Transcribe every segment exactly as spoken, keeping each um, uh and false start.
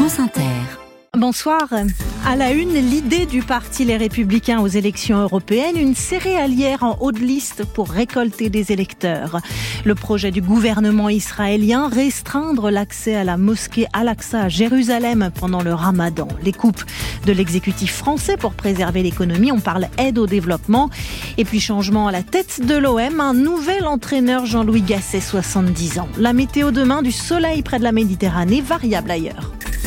France Inter. Bonsoir. À la une, l'idée du parti Les Républicains aux élections européennes, une céréalière en haut de liste pour récolter des électeurs. Le projet du gouvernement israélien, restreindre l'accès à la mosquée Al-Aqsa à Jérusalem pendant le Ramadan. Les coupes de l'exécutif français pour préserver l'économie, on parle aide au développement. Et puis changement à la tête de l'O M, un nouvel entraîneur, Jean-Louis Gasset, soixante-dix ans. La météo demain, du soleil près de la Méditerranée, variable ailleurs.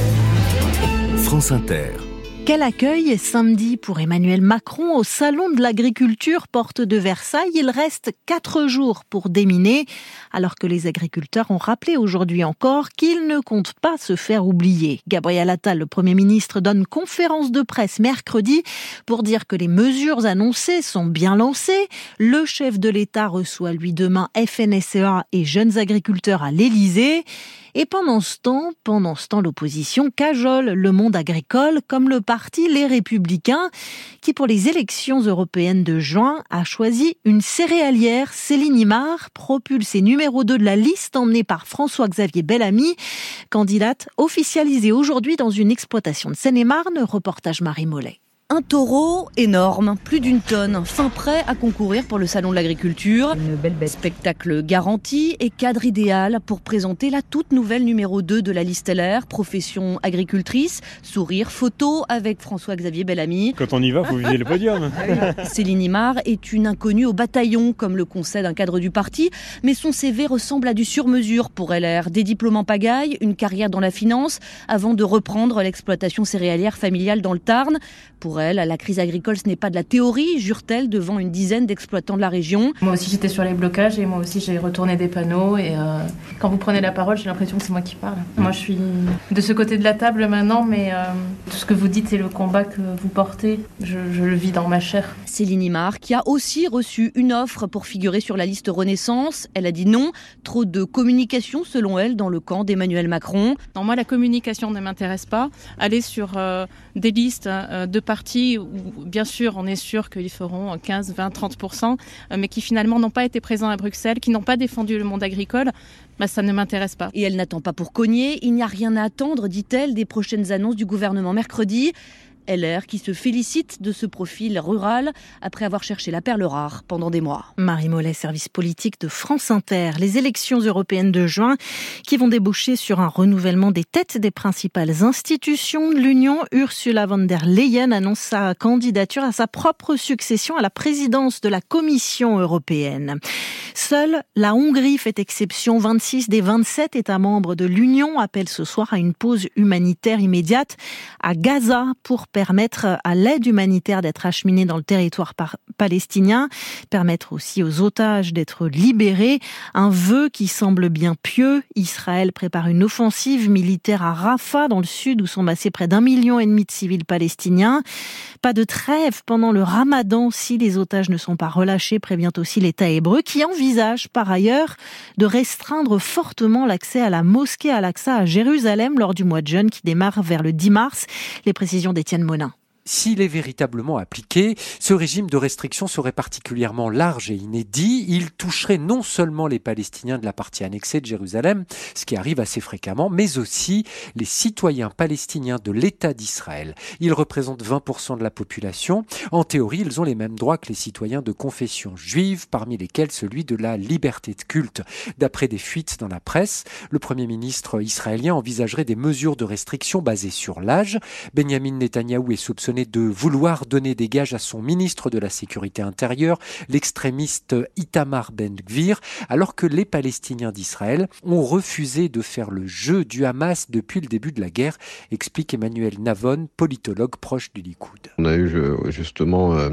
France Inter. Quel accueil samedi pour Emmanuel Macron au Salon de l'Agriculture, porte de Versailles. Il reste quatre jours pour déminer, alors que les agriculteurs ont rappelé aujourd'hui encore qu'ils ne comptent pas se faire oublier. Gabriel Attal, le Premier ministre, donne conférence de presse mercredi pour dire que les mesures annoncées sont bien lancées. Le chef de l'État reçoit lui demain F N S E A et jeunes agriculteurs à l'Élysée. Et pendant ce temps, pendant ce temps, l'opposition cajole le monde agricole, comme le parti Les Républicains, qui pour les élections européennes de juin a choisi une céréalière. Céline Imard, propulsée numéro deux de la liste emmenée par François-Xavier Bellamy, candidate officialisée aujourd'hui dans une exploitation de Seine-et-Marne. Reportage Marie Mollet. Un taureau énorme, plus d'une tonne, fin prêt à concourir pour le Salon de l'Agriculture. Une belle bête. Spectacle garanti et cadre idéal pour présenter la toute nouvelle numéro deux de la liste L R, profession agricultrice, sourire, photo avec François-Xavier Bellamy. Quand on y va, il faut viser le podium. Céline Imard est une inconnue au bataillon, comme le concède un cadre du parti, mais son C V ressemble à du sur-mesure pour L R. Des diplômes en pagaille, une carrière dans la finance, avant de reprendre l'exploitation céréalière familiale dans le Tarn. Pour elle, la crise agricole, ce n'est pas de la théorie, jure-t-elle devant une dizaine d'exploitants de la région. Moi aussi, j'étais sur les blocages et moi aussi, j'ai retourné des panneaux. Et euh, quand vous prenez la parole, j'ai l'impression que c'est moi qui parle. Moi, je suis de ce côté de la table maintenant, mais euh, tout ce que vous dites et le combat que vous portez, je, je le vis dans ma chair. Céline Imard, qui a aussi reçu une offre pour figurer sur la liste Renaissance. Elle a dit non. Trop de communication, selon elle, dans le camp d'Emmanuel Macron. Non, moi, la communication ne m'intéresse pas. Aller sur euh, des listes euh, de partis où, bien sûr, on est sûr qu'ils feront quinze, vingt, trente pour cent, mais qui finalement n'ont pas été présents à Bruxelles, qui n'ont pas défendu le monde agricole, bah, ça ne m'intéresse pas. Et elle n'attend pas pour cogner. Il n'y a rien à attendre, dit-elle, des prochaines annonces du gouvernement mercredi. L R qui se félicite de ce profil rural après avoir cherché la perle rare pendant des mois. Marie Mollet, service politique de France Inter. Les élections européennes de juin qui vont déboucher sur un renouvellement des têtes des principales institutions de l'Union. Ursula von der Leyen annonce sa candidature à sa propre succession à la présidence de la Commission européenne. Seule la Hongrie fait exception. vingt-six des vingt-sept États membres de l'Union appellent ce soir à une pause humanitaire immédiate à Gaza pour permettre à l'aide humanitaire d'être acheminée dans le territoire par- palestinien, permettre aussi aux otages d'être libérés. Un vœu qui semble bien pieux. Israël prépare une offensive militaire à Rafah, dans le sud, où sont massés près d'un million et demi de civils palestiniens. Pas de trêve pendant le Ramadan si les otages ne sont pas relâchés, prévient aussi l'État hébreu, qui envisage par ailleurs de restreindre fortement l'accès à la mosquée Al-Aqsa à Jérusalem lors du mois de jeûne qui démarre vers le dix mars. Les précisions d'Étienne Monin. S'il est véritablement appliqué, ce régime de restriction serait particulièrement large et inédit. Il toucherait non seulement les Palestiniens de la partie annexée de Jérusalem, ce qui arrive assez fréquemment, mais aussi les citoyens palestiniens de l'État d'Israël. Ils représentent vingt pour cent de la population. En théorie, ils ont les mêmes droits que les citoyens de confession juive, parmi lesquels celui de la liberté de culte. D'après des fuites dans la presse, le Premier ministre israélien envisagerait des mesures de restriction basées sur l'âge. Benjamin Netanyahou est soupçonné de vouloir donner des gages à son ministre de la Sécurité intérieure, l'extrémiste Itamar Ben-Gvir, alors que les Palestiniens d'Israël ont refusé de faire le jeu du Hamas depuis le début de la guerre, explique Emmanuel Navon, politologue proche du Likoud. On a eu justement euh,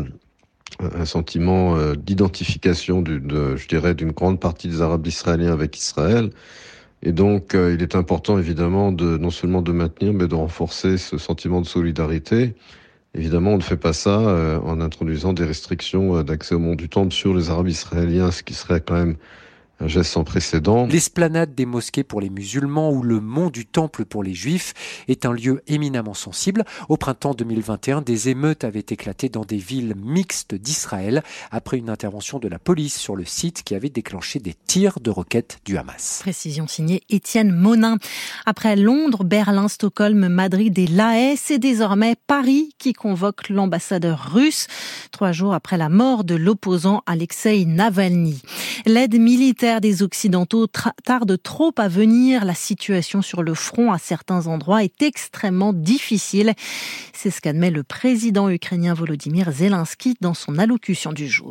un sentiment euh, d'identification, d'une, je dirais, d'une grande partie des Arabes israéliens avec Israël. Et donc, euh, il est important, évidemment, de, non seulement de maintenir, mais de renforcer ce sentiment de solidarité. Évidemment, on ne fait pas ça euh, en introduisant des restrictions euh, d'accès au mont du Temple sur les Arabes israéliens, ce qui serait quand même un geste sans précédent. L'esplanade des mosquées pour les musulmans ou le mont du Temple pour les juifs est un lieu éminemment sensible. Au printemps deux mille vingt et un, des émeutes avaient éclaté dans des villes mixtes d'Israël après une intervention de la police sur le site qui avait déclenché des tirs de roquettes du Hamas. Précision signée Étienne Monin. Après Londres, Berlin, Stockholm, Madrid et La Haye, c'est désormais Paris qui convoque l'ambassadeur russe, trois jours après la mort de l'opposant Alexeï Navalny. L'aide militaire des Occidentaux tra- tarde trop à venir. La situation sur le front à certains endroits est extrêmement difficile. C'est ce qu'admet le président ukrainien Volodymyr Zelensky dans son allocution du jour.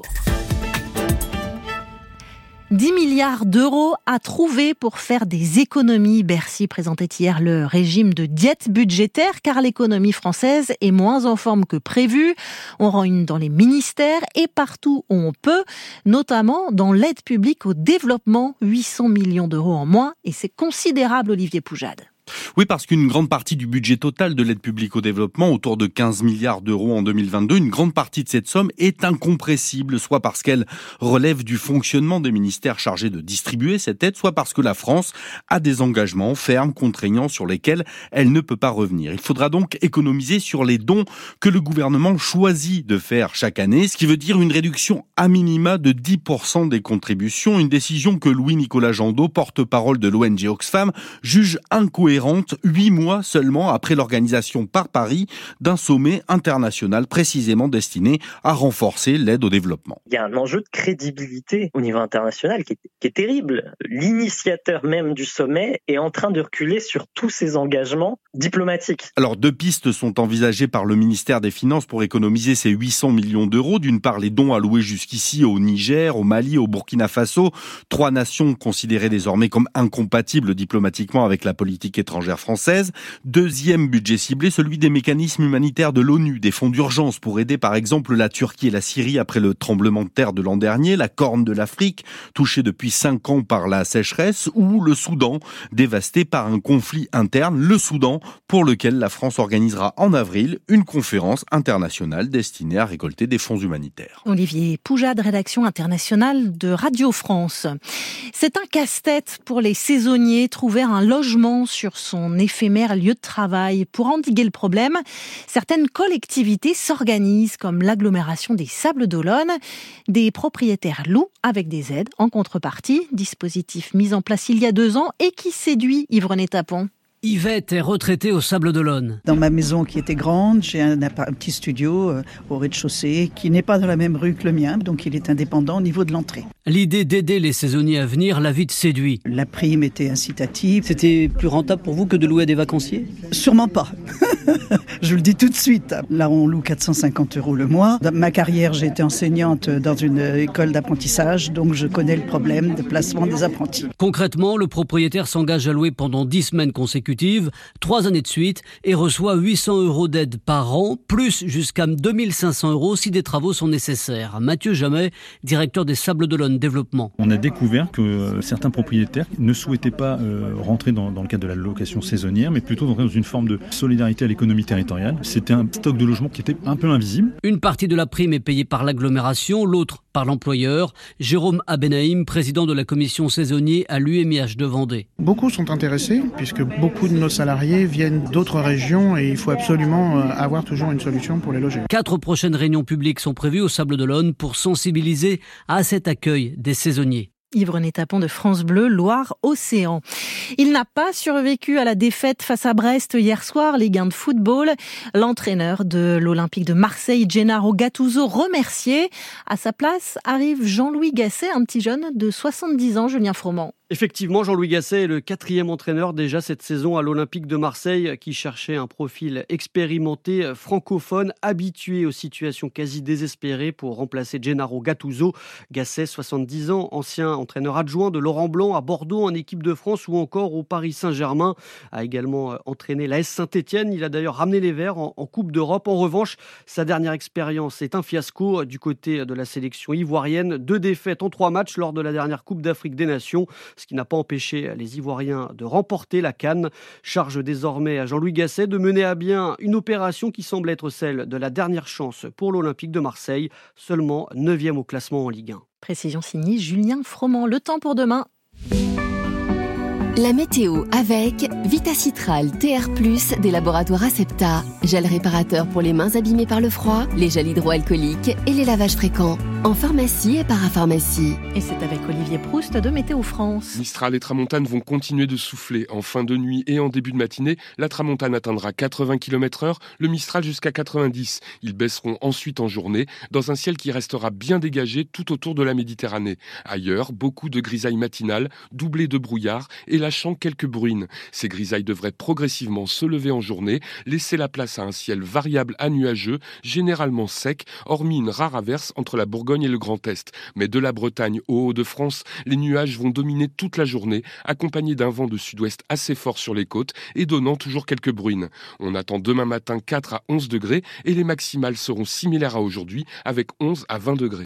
dix milliards d'euros à trouver pour faire des économies. Bercy présentait hier le régime de diète budgétaire car l'économie française est moins en forme que prévu. On rogne dans les ministères et partout où on peut, notamment dans l'aide publique au développement. huit cents millions d'euros en moins et c'est considérable, Olivier Poujade. Oui, parce qu'une grande partie du budget total de l'aide publique au développement, autour de quinze milliards d'euros en deux mille vingt-deux, une grande partie de cette somme est incompressible, soit parce qu'elle relève du fonctionnement des ministères chargés de distribuer cette aide, soit parce que la France a des engagements fermes, contraignants, sur lesquels elle ne peut pas revenir. Il faudra donc économiser sur les dons que le gouvernement choisit de faire chaque année, ce qui veut dire une réduction à minima de dix pour cent des contributions, une décision que Louis-Nicolas Jandot, porte-parole de l'O N G Oxfam, juge incohérente huit mois seulement après l'organisation par Paris d'un sommet international précisément destiné à renforcer l'aide au développement. Il y a un enjeu de crédibilité au niveau international qui est, qui est terrible. L'initiateur même du sommet est en train de reculer sur tous ses engagements diplomatiques. Alors deux pistes sont envisagées par le ministère des Finances pour économiser ces huit cents millions d'euros. D'une part, les dons alloués jusqu'ici au Niger, au Mali, au Burkina Faso, trois nations considérées désormais comme incompatibles diplomatiquement avec la politique étrangère française. Deuxième budget ciblé, celui des mécanismes humanitaires de l'ONU, des fonds d'urgence pour aider par exemple la Turquie et la Syrie après le tremblement de terre de l'an dernier, la Corne de l'Afrique, touchée depuis cinq ans par la sécheresse, ou le Soudan, dévasté par un conflit interne, le Soudan, pour lequel la France organisera en avril une conférence internationale destinée à récolter des fonds humanitaires. Olivier Poujade, rédaction internationale de Radio France. C'est un casse-tête pour les saisonniers, trouver un logement sur son éphémère lieu de travail. Pour endiguer le problème, certaines collectivités s'organisent, comme l'agglomération des Sables d'Olonne. Des propriétaires louent avec des aides en contrepartie, dispositif mis en place il y a deux ans et qui séduit Yves-René Tapon. Yvette est retraitée au Sables d'Olonne. Dans ma maison qui était grande, j'ai un, un petit studio euh, au rez-de-chaussée qui n'est pas dans la même rue que le mien, donc il est indépendant au niveau de l'entrée. L'idée d'aider les saisonniers à venir l'a vite séduit. La prime était incitative. C'était plus rentable pour vous que de louer à des vacanciers ? Sûrement pas. Je le dis tout de suite. Là, on loue quatre cent cinquante euros le mois. Dans ma carrière, j'ai été enseignante dans une école d'apprentissage, donc je connais le problème de placement des apprentis. Concrètement, le propriétaire s'engage à louer pendant dix semaines consécutives, trois années de suite, et reçoit huit cents euros d'aide par an, plus jusqu'à deux mille cinq cents euros si des travaux sont nécessaires. Mathieu Jamet, directeur des Sables d'Olonne Développement. On a découvert que euh, certains propriétaires ne souhaitaient pas euh, rentrer dans, dans le cadre de la location saisonnière, mais plutôt rentrer dans une forme de solidarité à l'économie territoriale. C'était un stock de logements qui était un peu invisible. Une partie de la prime est payée par l'agglomération, l'autre par l'employeur. Jérôme Abenaïm, président de la commission saisonnier à l'U M I H de Vendée. Beaucoup sont intéressés puisque beaucoup de nos salariés viennent d'autres régions et il faut absolument avoir toujours une solution pour les loger. Quatre prochaines réunions publiques sont prévues au Sables d'Olonne pour sensibiliser à cet accueil des saisonniers. Yves-René Tapon de France Bleu, Loire-Océan. Il n'a pas survécu à la défaite face à Brest hier soir, Ligue un de football. L'entraîneur de l'Olympique de Marseille, Gennaro Gattuso, remercié. À sa place arrive Jean-Louis Gasset, un petit jeune de soixante-dix ans, Julien Froment. Effectivement, Jean-Louis Gasset est le quatrième entraîneur déjà cette saison à l'Olympique de Marseille qui cherchait un profil expérimenté, francophone, habitué aux situations quasi désespérées pour remplacer Gennaro Gattuso. Gasset, soixante-dix ans, ancien entraîneur adjoint de Laurent Blanc à Bordeaux en équipe de France ou encore au Paris Saint-Germain, a également entraîné l'A S Saint-Étienne. Il a d'ailleurs ramené les Verts en, en Coupe d'Europe. En revanche, sa dernière expérience est un fiasco du côté de la sélection ivoirienne. Deux défaites en trois matchs lors de la dernière Coupe d'Afrique des Nations. ce qui n'a pas empêché les Ivoiriens de remporter la CAN. Charge désormais à Jean-Louis Gasset de mener à bien une opération qui semble être celle de la dernière chance pour l'Olympique de Marseille, seulement neuvième au classement en Ligue un. Précision signée Julien Froment. Le temps pour demain. La météo avec Vitacitral T R plus des laboratoires Acepta. Gel réparateur pour les mains abîmées par le froid, les gels hydroalcooliques et les lavages fréquents. En pharmacie et parapharmacie. Et c'est avec Olivier Proust de Météo France. Mistral et Tramontane vont continuer de souffler. En fin de nuit et en début de matinée, la Tramontane atteindra quatre-vingts kilomètres heure, le Mistral jusqu'à quatre-vingt-dix. Ils baisseront ensuite en journée, dans un ciel qui restera bien dégagé tout autour de la Méditerranée. Ailleurs, beaucoup de grisailles matinales, doublées de brouillard et lâchant quelques bruines. Ces grisailles devraient progressivement se lever en journée, laisser la place à un ciel variable à nuageux, généralement sec, hormis une rare averse entre la Bourgogne et le Grand Est. Mais de la Bretagne au Hauts-de-France, les nuages vont dominer toute la journée, accompagnés d'un vent de sud-ouest assez fort sur les côtes et donnant toujours quelques bruines. On attend demain matin quatre à onze degrés et les maximales seront similaires à aujourd'hui avec onze à vingt degrés.